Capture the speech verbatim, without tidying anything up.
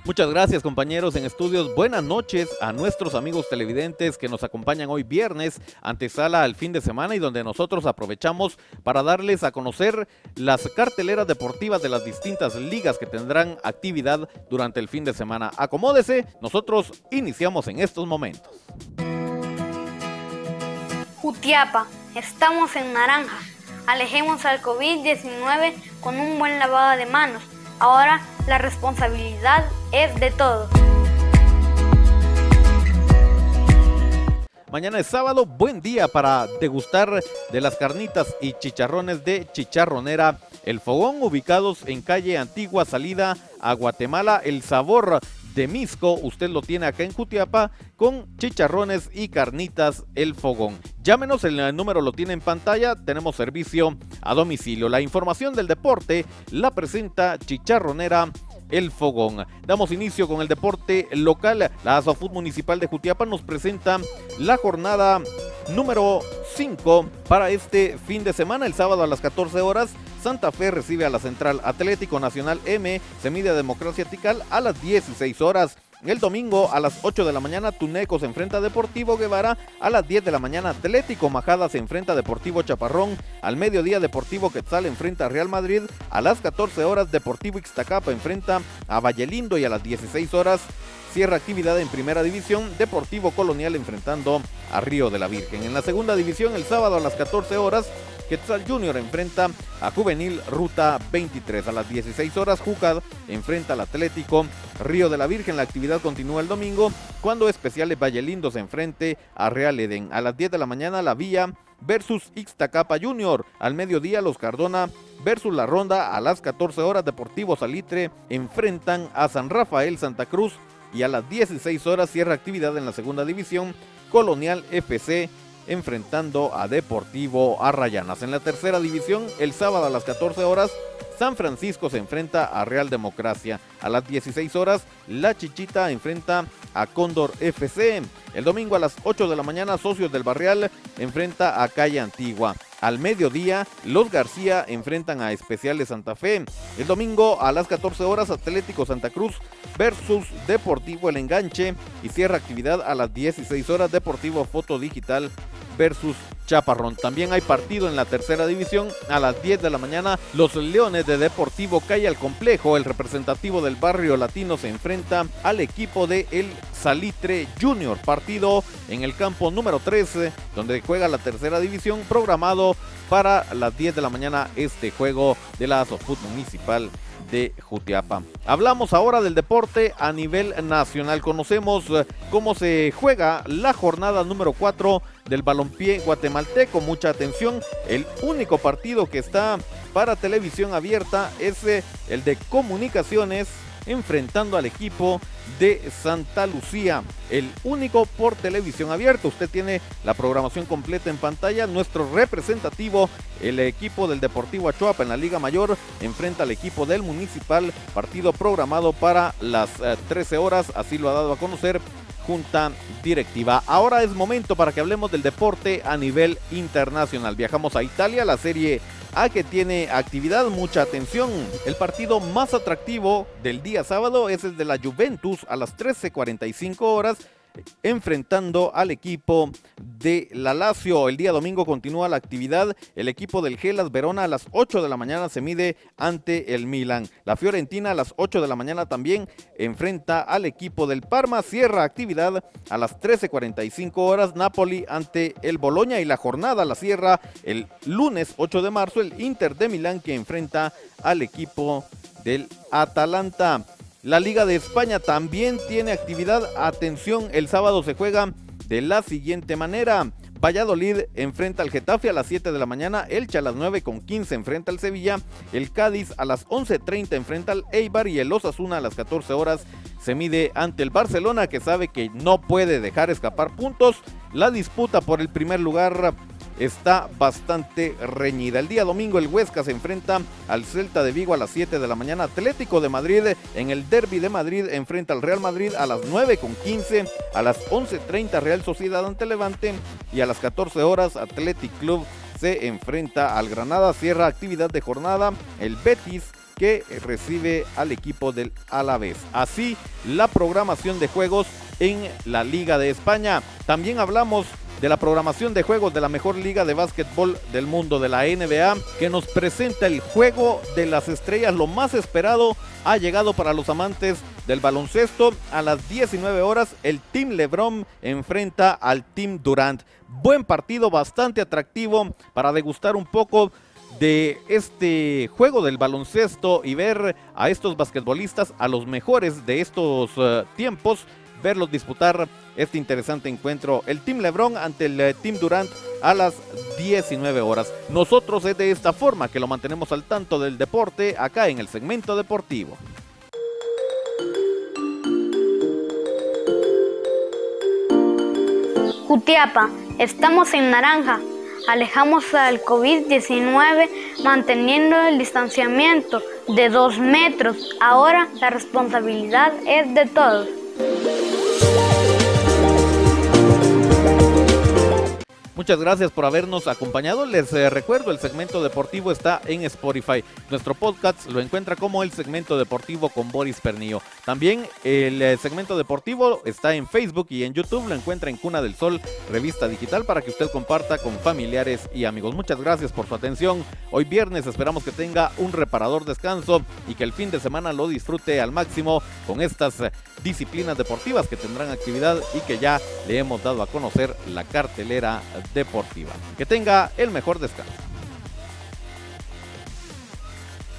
Muchas gracias, compañeros en estudios. Buenas noches a nuestros amigos televidentes que nos acompañan hoy viernes, antesala al fin de semana, y donde nosotros aprovechamos para darles a conocer las carteleras deportivas de las distintas ligas que tendrán actividad durante el fin de semana. Acomódese, nosotros iniciamos en estos momentos. Jutiapa, estamos en naranja. Alejemos al COVID diecinueve con un buen lavado de manos. Ahora la responsabilidad es de todos. Mañana es sábado, buen día para degustar de las carnitas y chicharrones de Chicharronera El Fogón, ubicados en calle Antigua, salida a Guatemala. El sabor de Misco, usted lo tiene acá en Jutiapa, con chicharrones y carnitas El Fogón. Llámenos, el número lo tiene en pantalla, tenemos servicio a domicilio. La información del deporte la presenta Chicharronera El Fogón. Damos inicio con el deporte local. La Asofut Municipal de Jutiapa nos presenta la jornada número cinco para este fin de semana. El sábado a las catorce horas, Santa Fe recibe a la Central Atlético Nacional M, se mide a Democracia Tikal a las dieciséis horas. El domingo a las ocho de la mañana, Tuneco se enfrenta a Deportivo Guevara. A las diez de la mañana, Atlético Majada se enfrenta a Deportivo Chaparrón. Al mediodía, Deportivo Quetzal enfrenta a Real Madrid. A las catorce horas, Deportivo Ixtacapa enfrenta a Vallelindo, y a las dieciséis horas cierra actividad en Primera División, Deportivo Colonial enfrentando a Río de la Virgen. En la Segunda División, el sábado a las catorce horas, Quetzal Junior enfrenta a Juvenil Ruta veintitrés. A las dieciséis horas, Júcar enfrenta al Atlético Río de la Virgen. La actividad continúa el domingo, cuando Especiales Vallelindo se enfrente a Real Edén. A las diez de la mañana, La Villa versus Ixtacapa Junior. Al mediodía, Los Cardona versus La Ronda. A las catorce horas, Deportivo Salitre enfrentan a San Rafael Santa Cruz. Y a las dieciséis horas cierra actividad en la Segunda División, Colonial F C enfrentando a Deportivo Arrayanas. En la Tercera División, el sábado a las catorce horas, San Francisco se enfrenta a Real Democracia. A las dieciséis horas, La Chichita enfrenta a Cóndor F C. El domingo a las ocho de la mañana, Socios del Barrial enfrenta a Calle Antigua. Al mediodía, Los García enfrentan a Especiales Santa Fe. El domingo a las catorce horas, Atlético Santa Cruz versus Deportivo El Enganche. Y cierra actividad a las dieciséis horas, Deportivo Foto Digital versus Chaparrón. También hay partido en la Tercera División. A las diez de la mañana, los Leones de Deportivo Calle al Complejo, el representativo del Barrio Latino, se enfrenta al equipo de El Salitre Junior. Partido en el campo número trece, donde juega la Tercera División, programado para las diez de la mañana este juego de la Asofut Municipal de Jutiapa. Hablamos ahora del deporte a nivel nacional. Conocemos cómo se juega la jornada número cuatro del balompié guatemalteco. Mucha atención, el único partido que está para televisión abierta es el de Comunicaciones enfrentando al equipo de Santa Lucía, el único por televisión abierta. Usted tiene la programación completa en pantalla. Nuestro representativo, el equipo del Deportivo Achuapa en la Liga Mayor, enfrenta al equipo del Municipal, partido programado para las eh, trece horas, así lo ha dado a conocer Junta Directiva. Ahora es momento para que hablemos del deporte a nivel internacional. Viajamos a Italia, la Serie A, que tiene actividad. Mucha atención, el partido más atractivo del día sábado es el de la Juventus a las trece cuarenta y cinco horas, enfrentando al equipo de la Lazio. El día domingo continúa la actividad. El equipo del Hellas Verona a las ocho de la mañana se mide ante el Milan. La Fiorentina a las ocho de la mañana también enfrenta al equipo del Parma. Cierra actividad a las trece cuarenta y cinco horas, Napoli ante el Boloña, y la jornada la cierra el lunes ocho de marzo el Inter de Milán, que enfrenta al equipo del Atalanta. La Liga de España también tiene actividad. Atención, el sábado se juega de la siguiente manera. Valladolid enfrenta al Getafe a las siete de la mañana, Elche a las nueve con quince enfrenta al Sevilla, el Cádiz a las once treinta enfrenta al Eibar, y el Osasuna a las catorce horas se mide ante el Barcelona, que sabe que no puede dejar escapar puntos. La disputa por el primer lugar está bastante reñida. El día domingo el Huesca se enfrenta al Celta de Vigo a las siete de la mañana. Atlético de Madrid en el Derby de Madrid enfrenta al Real Madrid a las nueve con quince. A las once treinta Real Sociedad ante Levante, y a las catorce horas Athletic Club se enfrenta al Granada. Cierra actividad de jornada el Betis que recibe al equipo del Alavés. Así, la programación de juegos en la Liga de España. También hablamos de la programación de juegos de la mejor liga de básquetbol del mundo, de la N B A, que nos presenta el Juego de las Estrellas. Lo más esperado ha llegado para los amantes del baloncesto. A las diecinueve horas, el Team LeBron enfrenta al Team Durant. Buen partido, bastante atractivo para degustar un poco de este juego del baloncesto y ver a estos basquetbolistas, a los mejores de estos uh, tiempos, verlos disputar este interesante encuentro. El Team LeBron ante el uh, Team Durant a las diecinueve horas. Nosotros es de esta forma que lo mantenemos al tanto del deporte acá en el segmento deportivo. Jutiapa, estamos en naranja. Alejamos al COVID diecinueve manteniendo el distanciamiento de dos metros. Ahora la responsabilidad es de todos. Muchas gracias por habernos acompañado. Les eh, recuerdo, el segmento deportivo está en Spotify. Nuestro podcast lo encuentra como el segmento deportivo con Boris Pernillo. También el eh, segmento deportivo está en Facebook y en YouTube. Lo encuentra en Cuna del Sol, revista digital, para que usted comparta con familiares y amigos. Muchas gracias por su atención. Hoy viernes esperamos que tenga un reparador descanso y que el fin de semana lo disfrute al máximo con estas eh, disciplinas deportivas que tendrán actividad y que ya le hemos dado a conocer la cartelera deportiva. Que tenga el mejor descanso.